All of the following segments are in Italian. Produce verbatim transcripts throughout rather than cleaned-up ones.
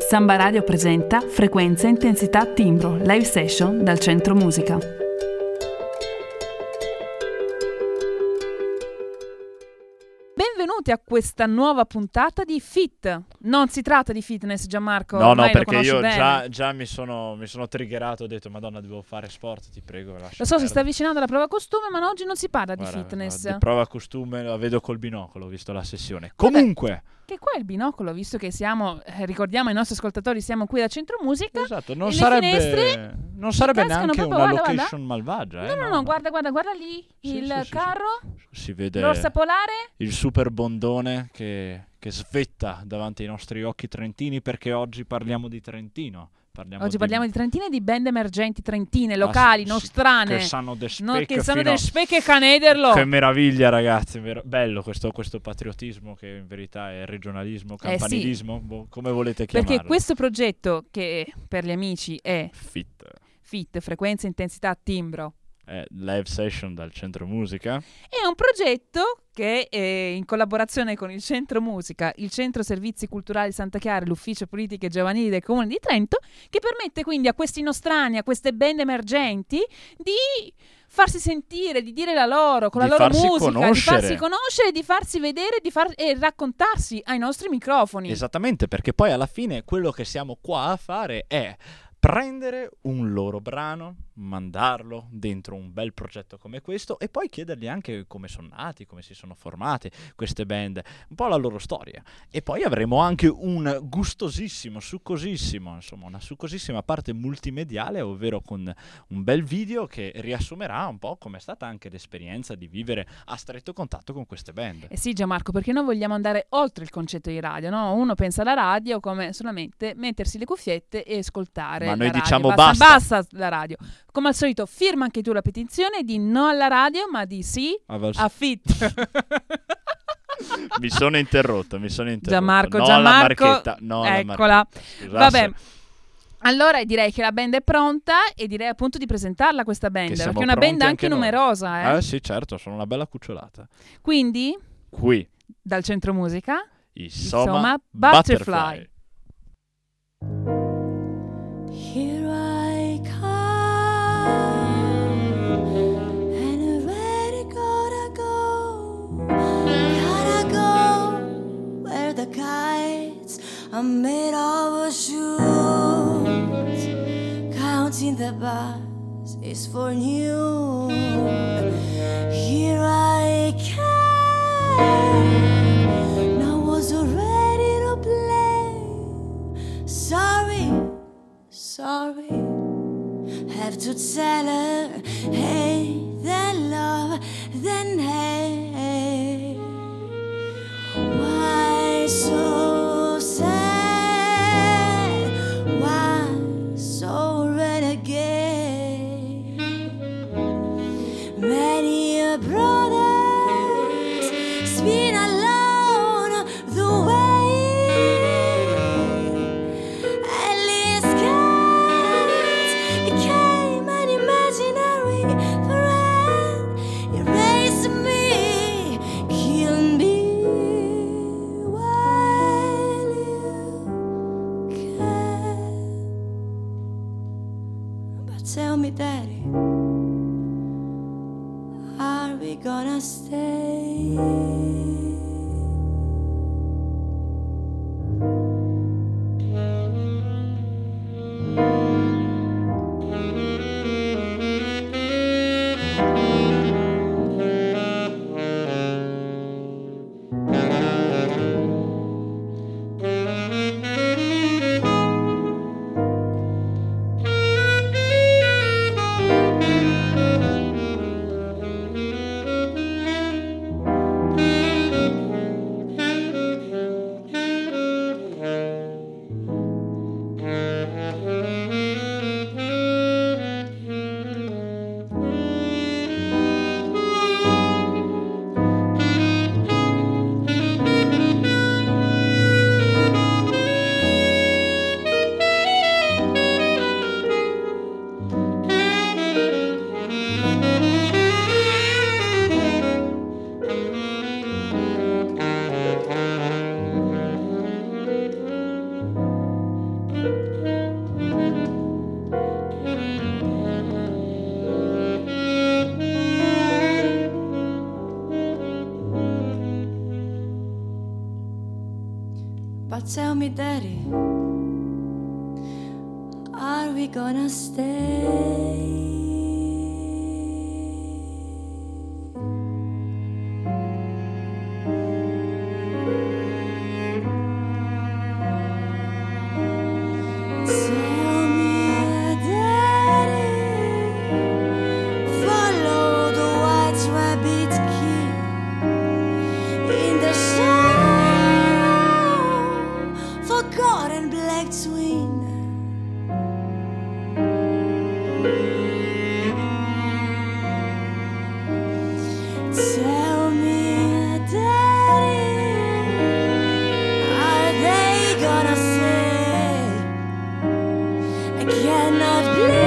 Samba Radio presenta Frequenza Intensità Timbro, live session dal Centro Musica. Benvenuti a questa nuova puntata di Fit. Non si tratta di fitness, Gianmarco. No, no, perché lo io bene. già, già mi sono, mi sono triggerato, ho detto Madonna, devo fare sport, ti prego, lascia Lo so, perdere. si sta avvicinando alla prova costume, ma oggi non si parla Guarda, di fitness. guarda, di prova costume la vedo col binocolo, ho visto la sessione. Comunque... Vabbè, che qua è il binocolo, visto che siamo, eh, ricordiamo ai nostri ascoltatori, siamo qui da Centro Musica. Esatto, non e sarebbe, le finestre non sarebbe cascano neanche proprio, una guarda, location guarda. malvagia. No, eh, no, no, no, guarda, guarda, guarda lì, Sì, il sì, sì, carro, sì. Si vede l'orsa polare. il super bondone che, che svetta davanti ai nostri occhi trentini, perché oggi parliamo di Trentino. Parliamo Oggi di... parliamo di Trentino e di band emergenti trentine, locali, Ah, sì, nostrane. Che sanno de no, spec che sanno fino- de spec e canederlo. Che meraviglia, ragazzi, ver- bello questo, questo patriottismo che in verità è regionalismo, campanilismo, Eh sì. boh, come volete chiamarlo. Perché questo progetto, che per gli amici è Fit, Fit, frequenza, intensità, timbro, è live session dal Centro Musica. è un progetto che è in collaborazione con il Centro Musica, il Centro Servizi Culturali Santa Chiara e l'Ufficio Politiche Giovanili del Comune di Trento, che permette quindi a questi nostrani, a queste band emergenti, di farsi sentire, di dire la loro, con Di la loro farsi musica, conoscere. di farsi conoscere, di farsi vedere di far, e raccontarsi ai nostri microfoni. Esattamente, perché poi alla fine quello che siamo qua a fare è prendere un loro brano, mandarlo dentro un bel progetto come questo e poi chiedergli anche come sono nati, come si sono formate queste band, un po' la loro storia. E poi avremo anche un gustosissimo, succosissimo, insomma una succosissima parte multimediale, ovvero con un bel video che riassumerà un po' com'è stata anche l'esperienza di vivere a stretto contatto con queste band. Eh sì, Gianmarco, perché noi vogliamo andare oltre il concetto di radio, no? Uno pensa alla radio come solamente mettersi le cuffiette e ascoltare. Ma noi la radio. diciamo basta, basta. basta la radio. Come al solito, firma anche tu la petizione di no alla radio, ma di sì a Fit. mi sono interrotto, mi sono interrotto. Gianmarco, no Gianmarco, alla marchetta, no alla eccola. marchetta. Scusasse. Vabbè. Allora direi che la band è pronta e direi appunto di presentarla questa band, Che perché siamo è una band pronti anche anche noi. numerosa, eh. Eh sì, certo, sono una bella cucciolata. Quindi, Qui, dal Centro Musica, insomma, insomma, Butterfly. Butterfly. Here I come, and where it gotta go? Gotta go where the kites are made of shoes. Counting the bars is for you. Here I came, now was ready to play. Sorry. Sorry, have to tell her, hey, then love, then hey. Why so sad? Why so renegade? Many a brothers spin alone the way. Tell me, Daddy, are we gonna stay? But tell me, Daddy, are we gonna stay? Tell me, Daddy, are they gonna say I cannot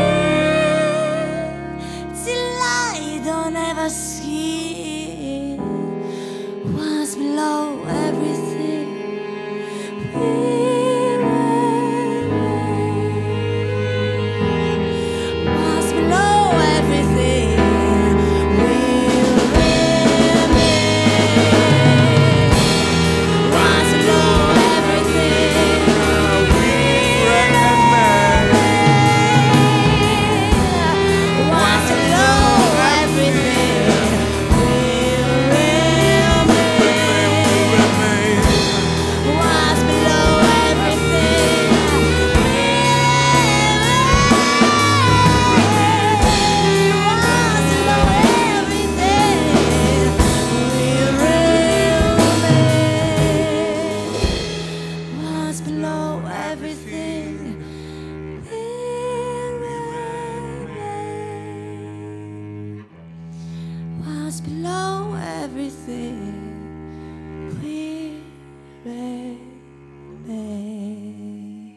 bleed till I don't ever see what's below everything we remain, what's below everything. Below everything we remain.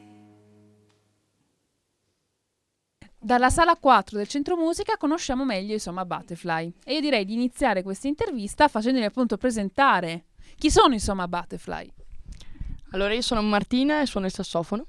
Dalla sala quattro del Centro Musica conosciamo meglio i Soma Butterfly e io direi di iniziare questa intervista facendoli appunto presentare chi sono i Soma Butterfly. Allora, io sono Martina e suono il sassofono.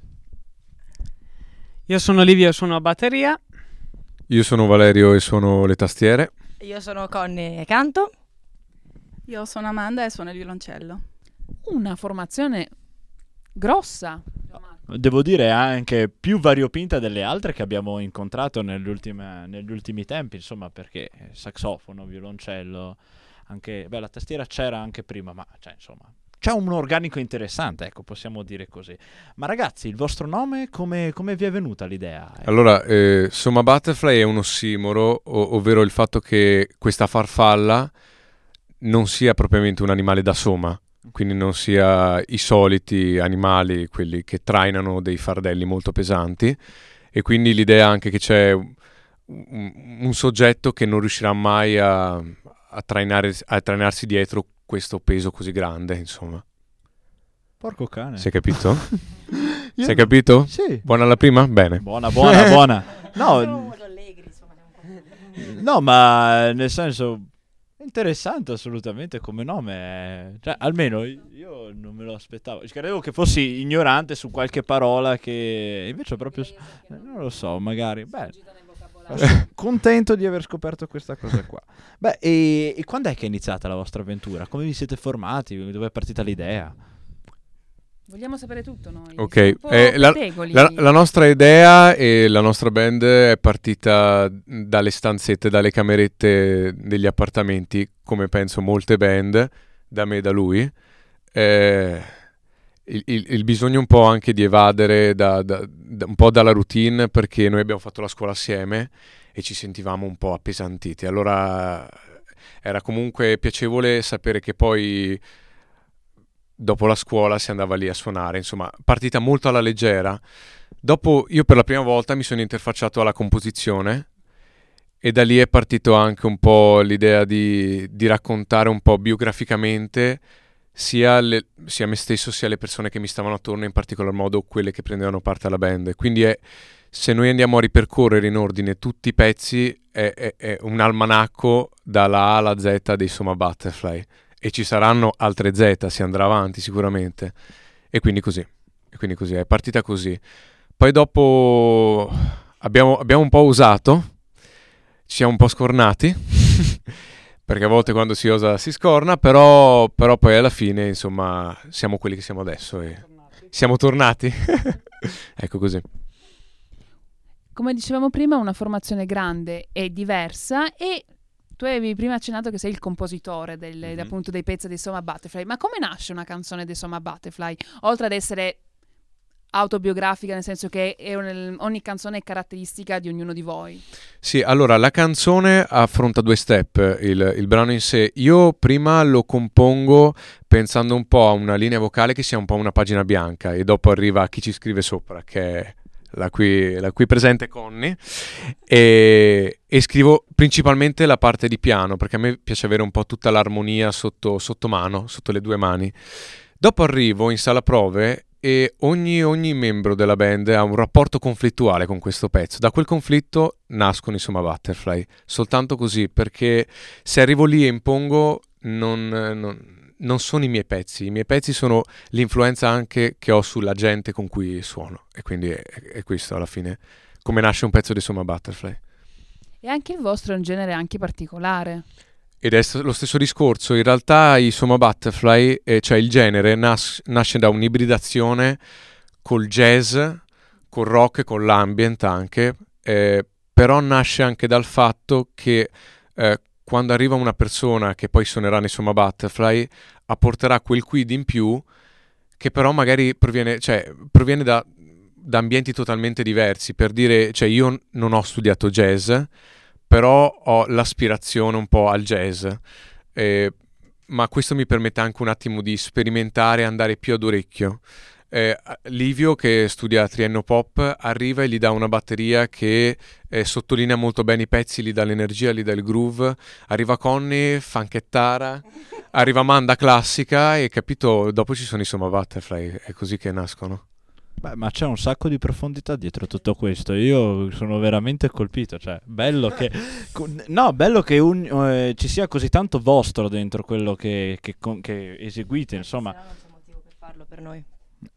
Io sono Livio e suono a batteria. Io sono Valerio e suono le tastiere. Io sono Conny e canto. Io sono Amanda e suono il violoncello. Una formazione grossa. Devo dire anche più variopinta delle altre che abbiamo incontrato negli ultimi, negli ultimi tempi, insomma, perché saxofono, violoncello, anche beh, la tastiera c'era anche prima, ma cioè, insomma, c'è un organico interessante, ecco, possiamo dire così. Ma ragazzi, il vostro nome, come, come vi è venuta l'idea? Allora, eh, Soma Butterfly è un ossimoro, ov- ovvero il fatto che questa farfalla non sia propriamente un animale da soma, quindi non sia i soliti animali, quelli che trainano dei fardelli molto pesanti, e quindi l'idea anche che c'è un, un soggetto che non riuscirà mai a, a, trainare, a trainarsi dietro questo peso così grande, insomma. Porco cane. Si è capito? Io... Si è capito? Sì. Buona la prima? Bene. Buona, buona, buona. No, no, ma nel senso... interessante assolutamente come nome, cioè almeno io non me lo aspettavo, credevo che fossi ignorante su qualche parola che invece proprio non lo so, magari beh, sono contento di aver scoperto questa cosa qua. Beh, e, e quando è che è iniziata la vostra avventura? Come vi siete formati? Dove è partita l'idea? Vogliamo sapere tutto noi. Ok, eh, la, la, la nostra idea e la nostra band è partita dalle stanzette, dalle camerette degli appartamenti, come penso molte band, da me e da lui. Eh, il, il, il bisogno un po' anche di evadere da, da, da, un po' dalla routine, perché noi abbiamo fatto la scuola assieme e ci sentivamo un po' appesantiti. Allora era comunque piacevole sapere che poi... dopo la scuola si andava lì a suonare, insomma, partita molto alla leggera. Dopo io per la prima volta mi sono interfacciato alla composizione e da lì è partito anche un po' l'idea di, di raccontare un po' biograficamente sia, le, sia me stesso sia le persone che mi stavano attorno, in particolar modo quelle che prendevano parte alla band. Quindi è, se noi andiamo a ripercorrere in ordine tutti i pezzi, è, è, è un almanacco dalla A alla Z dei Soma Butterfly. E ci saranno altre Z, si andrà avanti sicuramente. E quindi così, e quindi così, è partita così. Poi dopo abbiamo, abbiamo un po' usato, ci siamo un po' scornati, perché a volte quando si osa si scorna, però, però poi alla fine, insomma, siamo quelli che siamo adesso. E siamo tornati. Ecco così. Come dicevamo prima, una formazione grande e diversa, e tu avevi prima accennato che sei il compositore del, Mhm. appunto dei pezzi dei Soma Butterfly. Ma come nasce una canzone dei Soma Butterfly? Oltre ad essere autobiografica, nel senso che è un- ogni canzone è caratteristica di ognuno di voi. Sì, allora la canzone affronta due step, il, il brano in sé. Io prima lo compongo pensando un po' a una linea vocale che sia un po' una pagina bianca, e dopo arriva chi ci scrive sopra, che è la qui, la qui presente Conny, e, e scrivo principalmente la parte di piano, perché a me piace avere un po' tutta l'armonia sotto, sotto mano, sotto le due mani. Dopo arrivo in sala prove e ogni, ogni membro della band ha un rapporto conflittuale con questo pezzo. Da quel conflitto nascono insomma Butterfly, soltanto così, perché se arrivo lì e impongo non, non, non sono i miei pezzi, i miei pezzi sono l'influenza anche che ho sulla gente con cui suono, e quindi è, è questo alla fine come nasce un pezzo di insomma Butterfly. E anche il vostro è un genere anche particolare. Ed è st- lo stesso discorso, in realtà i Soma Butterfly, eh, cioè il genere, nas- nasce da un'ibridazione col jazz, col rock e con l'ambient anche, eh, però nasce anche dal fatto che eh, quando arriva una persona che poi suonerà nei Soma Butterfly, apporterà quel quid in più che però magari proviene, cioè, proviene da, da ambienti totalmente diversi. Per dire, cioè io non ho studiato jazz, però ho l'aspirazione un po' al jazz, eh, ma questo mi permette anche un attimo di sperimentare e andare più ad orecchio. Eh, Livio, che studia triennio pop, arriva e gli dà una batteria che eh, sottolinea molto bene i pezzi, gli dà l'energia, gli dà il groove. Arriva Conny, funkettara, arriva Manda classica, e capito, dopo ci sono insomma Butterfly, è così che nascono. Beh, ma c'è un sacco di profondità dietro tutto questo. Io sono veramente colpito. Cioè, bello che. co- No, bello che un- eh, ci sia così tanto vostro dentro quello che, che con- che eseguite, insomma. Se no non c'è motivo per farlo per noi.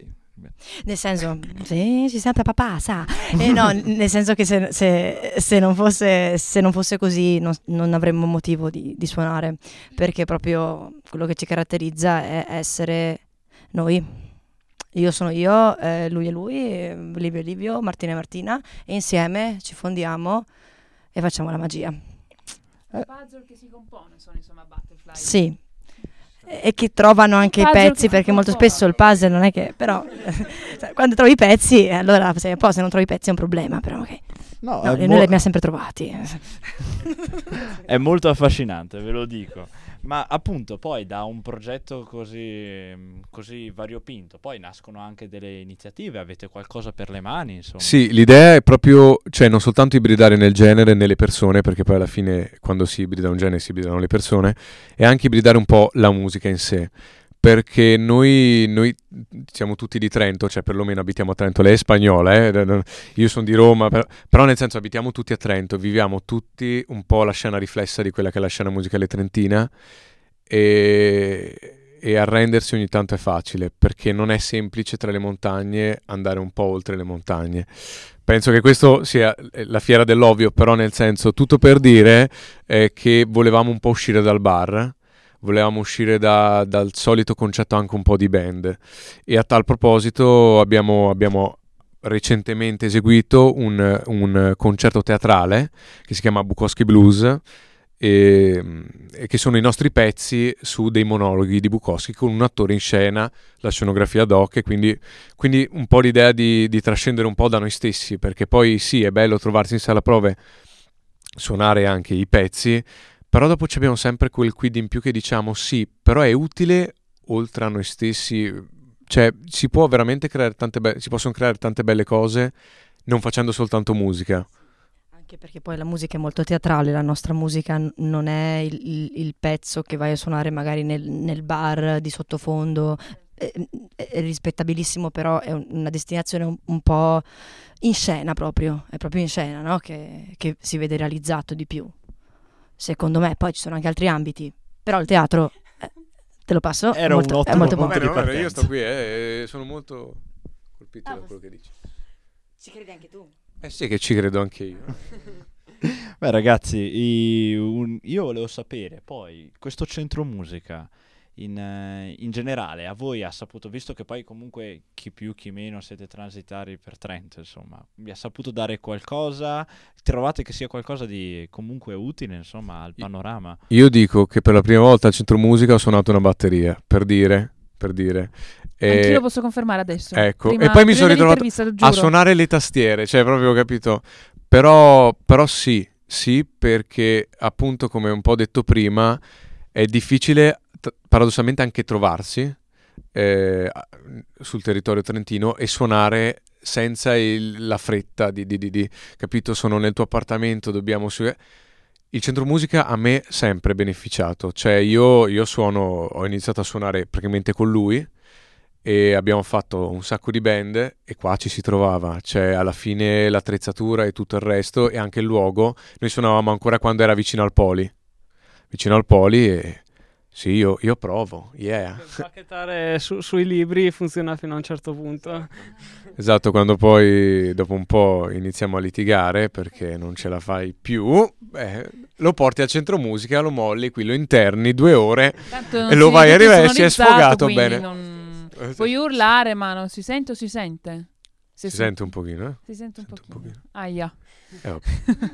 Nel senso, sì, ci senta papà, sa. Eh, no, nel senso che se, se- se non fosse, se non fosse così non, non avremmo motivo di, di suonare, perché proprio quello che ci caratterizza è essere noi. Io sono io, eh, lui è lui, eh, Livio è Livio, Martina è Martina, e insieme ci fondiamo e facciamo la magia. Il puzzle che si compone sono insomma Butterfly. Sì. E che trovano anche i puzzle pezzi, che si perché molto compone. spesso il puzzle non è che, però cioè, quando trovi i pezzi, eh, allora sei a posto, se non trovi i pezzi è un problema, però ok. No, No, è, noi mo- li abbiamo sempre trovati. è molto affascinante, ve lo dico. Ma appunto, poi da un progetto così, così variopinto, poi nascono anche delle iniziative. Avete qualcosa per le mani, insomma. Sì, l'idea è proprio, cioè non soltanto ibridare nel genere, nelle persone, perché poi alla fine quando si ibrida un genere si ibridano le persone, e anche ibridare un po' la musica in sé, perché noi, noi siamo tutti di Trento, cioè perlomeno abitiamo a Trento, lei è spagnola, eh? Io sono di Roma, però, però nel senso abitiamo tutti a Trento, viviamo tutti un po' la scena riflessa di quella che è la scena musicale trentina, e, e arrendersi ogni tanto è facile, perché non è semplice tra le montagne andare un po' oltre le montagne. Penso che questo sia la fiera dell'ovvio, però nel senso, tutto per dire eh, che volevamo un po' uscire dal bar, volevamo uscire da- dal solito concetto anche un po' di band, e a tal proposito abbiamo, abbiamo recentemente eseguito un, un concerto teatrale che si chiama Bukowski Blues, e, e che sono i nostri pezzi su dei monologhi di Bukowski con un attore in scena, la scenografia ad hoc, e quindi, quindi un po' l'idea di, di trascendere un po' da noi stessi, perché poi sì, è bello trovarsi in sala prove, suonare anche i pezzi, però dopo ci abbiamo sempre quel quid in più che diciamo sì, però è utile oltre a noi stessi, cioè si può veramente creare tante be- si possono creare tante belle cose non facendo soltanto musica. Anche perché poi la musica è molto teatrale, la nostra musica n- non è il, il- il pezzo che vai a suonare magari nel, nel bar di sottofondo, è, è rispettabilissimo, però è un- una destinazione un, un po' in scena proprio, è proprio in scena, no? Che, che si vede realizzato di più, secondo me. Poi ci sono anche altri ambiti, però il teatro, eh, te lo passo, Era è molto, un è ottimo molto punto buono. di partenza. Io sto qui e sono molto colpito da quello che dici. Ci credi anche tu? Eh sì, che ci credo anche io. Beh, ragazzi, i- un- io volevo sapere poi questo centro musica in, eh, in generale a voi ha saputo, visto che poi comunque chi più chi meno siete transitari per Trento, insomma, vi ha saputo dare qualcosa? Trovate che sia qualcosa di comunque utile, insomma, al panorama? Io dico che per la prima volta al Centro Musica ho suonato una batteria, per dire, per dire. E Anch'io lo posso confermare adesso. Ecco, Prima- e poi mi prima sono ritrovato dell'intervista, lo a giuro. suonare le tastiere, cioè proprio, capito? Però, però sì, sì, perché appunto, come un po' detto prima, è difficile t- paradossalmente anche trovarsi eh, a- sul territorio trentino e suonare senza il- la fretta di, di, di, di, capito? Sono nel tuo appartamento, dobbiamo su- il centro musica a me sempre beneficiato, cioè io, io suono, ho iniziato a suonare praticamente con lui e abbiamo fatto un sacco di band e qua ci si trovava, cioè alla fine l'attrezzatura e tutto il resto e anche il luogo, noi suonavamo ancora quando era vicino al Poli, vicino al Poli e sì, io, io provo, yeah. Pacchettare su- sui libri funziona fino a un certo punto. Esatto, quando poi dopo un po' iniziamo a litigare perché non ce la fai più, beh, lo porti al centro musica, lo molli, qui lo interni due ore Tanto non e lo si vai a vede tutto rivesti, è sonorizzato, sfogato quindi bene. non- Eh, sì. Puoi urlare, ma non si sente o si sente? Si sente un pochino, eh? Si sente un Sente un pochino. pochino. Aia. Eh, vabbè.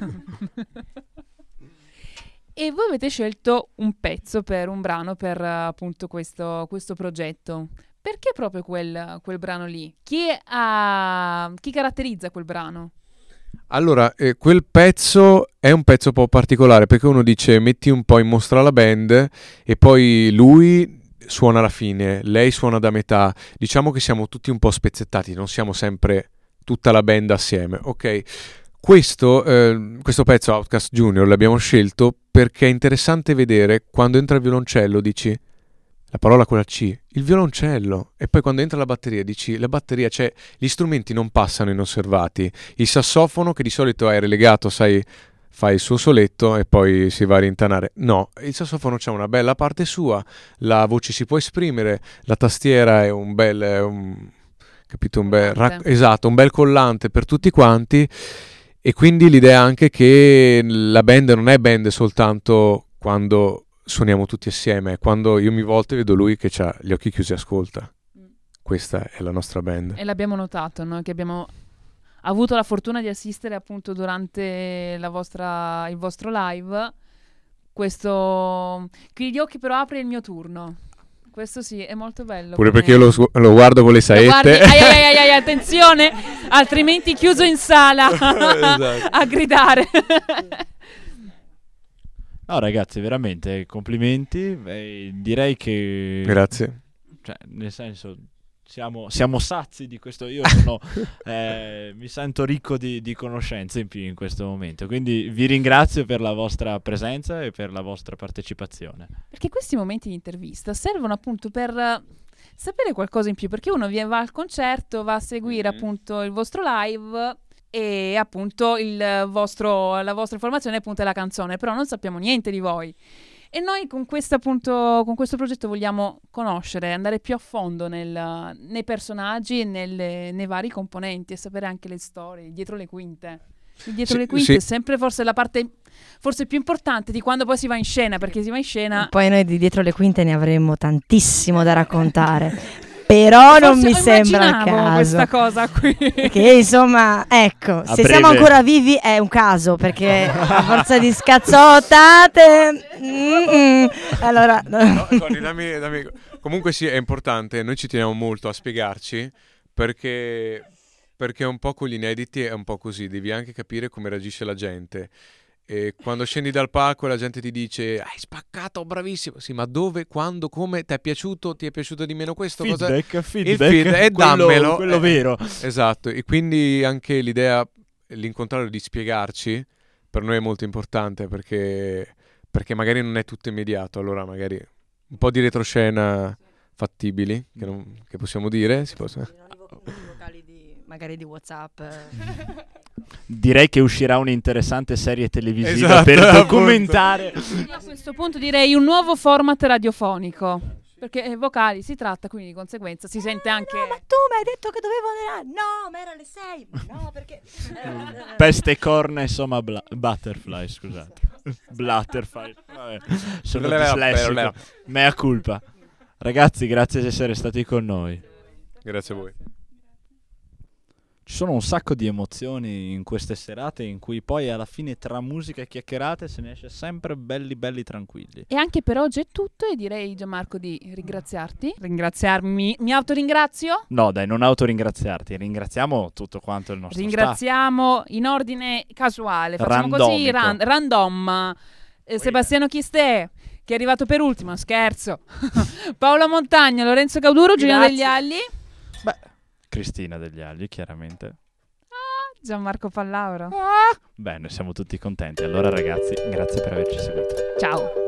E voi avete scelto un pezzo per un brano per eh, appunto questo, questo progetto. Perché proprio quel, quel brano lì? Chi, ha, chi caratterizza quel brano? Allora, eh, quel pezzo è un pezzo un po' particolare perché uno dice metti un po' in mostra la band e poi lui suona alla fine, lei suona da metà. Diciamo che siamo tutti un po' spezzettati, non siamo sempre tutta la band assieme, ok? Questo, eh, questo pezzo Outcast Junior l'abbiamo scelto perché è interessante vedere quando entra il violoncello dici la parola con la C, il violoncello, e poi quando entra la batteria dici la batteria, cioè gli strumenti non passano inosservati, il sassofono che di solito è relegato, sai, fa il suo soletto e poi si va a rintanare, no, il sassofono c'ha una bella parte sua, la voce si può esprimere, la tastiera è un bel, è un, capito, un bel, Collante. rac- esatto, un bel collante per tutti quanti. E quindi l'idea anche che la band non è band soltanto quando suoniamo tutti assieme, quando io mi volto e vedo lui che ha gli occhi chiusi e ascolta. Questa è la nostra band. E l'abbiamo notato, no? Che abbiamo avuto la fortuna di assistere appunto durante la vostra, il vostro live. Questo Chiudi gli occhi però apri il mio turno. Questo sì, è molto bello. Pure come- perché io lo, su- lo guardo con le Lo guardi- saette. ai, ai, ai, ai, attenzione, altrimenti chiuso in sala Esatto. a gridare. No, ragazzi, veramente complimenti. Eh, direi che Grazie. cioè, nel senso, siamo, siamo sazi di questo. Io sono, eh, mi sento ricco di, di conoscenze in più in questo momento. Quindi vi ringrazio per la vostra presenza e per la vostra partecipazione. Perché questi momenti di intervista servono appunto per eh, sapere qualcosa in più, perché uno vi- va al concerto, va a seguire Mhm. appunto il vostro live e appunto il vostro, la vostra informazione appunto è la canzone, però non sappiamo niente di voi. E noi con questo appunto con questo progetto vogliamo conoscere, andare più a fondo nel- nei personaggi e nelle- nei vari componenti e sapere anche le storie dietro le quinte. Il dietro Sì, le quinte sì. è sempre forse la parte forse più importante di quando poi si va in scena, perché si va in scena Poi noi di dietro le quinte ne avremmo tantissimo da raccontare. Però non Forse mi sembra il immaginavo caso. questa cosa qui. Perché insomma, ecco, A se siamo breve. ancora vivi è un caso, perché a forza di scazzottate. mm-mm. Allora, No, Conny, dammi- dammi- Comunque sì, è importante, noi ci teniamo molto a spiegarci perché, perché un po' con gli inediti è un po' così, devi anche capire come reagisce la gente. E quando scendi dal palco e la gente ti dice hai spaccato, bravissimo, sì, ma dove, quando, come, ti è piaciuto, ti è piaciuto di meno questo? Cosa... Feedback, feedback, feed- e quello, dammelo. quello Eh, vero. Esatto, e quindi anche l'idea, l'incontrare di spiegarci per noi è molto importante perché, perché magari non è tutto immediato, allora magari un po' di retroscena fattibili, che, non- che possiamo dire, si possa... vocali di, magari di WhatsApp. Direi che uscirà un'interessante serie televisiva Esatto, per appunto. documentare. A questo punto direi un nuovo format radiofonico, perché eh, vocali si tratta, quindi di conseguenza si sente anche No, ma tu mi hai detto che dovevo andare. No, ma era alle sei. No, perché. Peste e corna, insomma, bla- butterfly, scusate. Butterfly. Vabbè, sono Bla- bla- bla- dislessico. bla- Mea culpa. Ragazzi, grazie di essere stati con noi. Grazie a voi. Ci sono un sacco di emozioni in queste serate in cui poi alla fine tra musica e chiacchierate se ne esce sempre belli belli tranquilli. E anche per oggi è tutto e direi, Gianmarco, di ringraziarti. Ringraziarmi. Mi autoringrazio? No, dai, non autoringraziarti, ringraziamo tutto quanto il nostro Ringraziamo in ordine casuale, facciamo così, Randomico. ran- random. Eh, Sebastiano Chistè, che è arrivato per ultimo, scherzo. Paola Montagna, Lorenzo Cauduro, Giuliano Grazie. Degli Agli. staff. Beh, Cristina Degli Agli, chiaramente. Ah, Gianmarco Pallauro. Beh, noi siamo tutti contenti. Allora ragazzi, grazie per averci seguito. Ciao.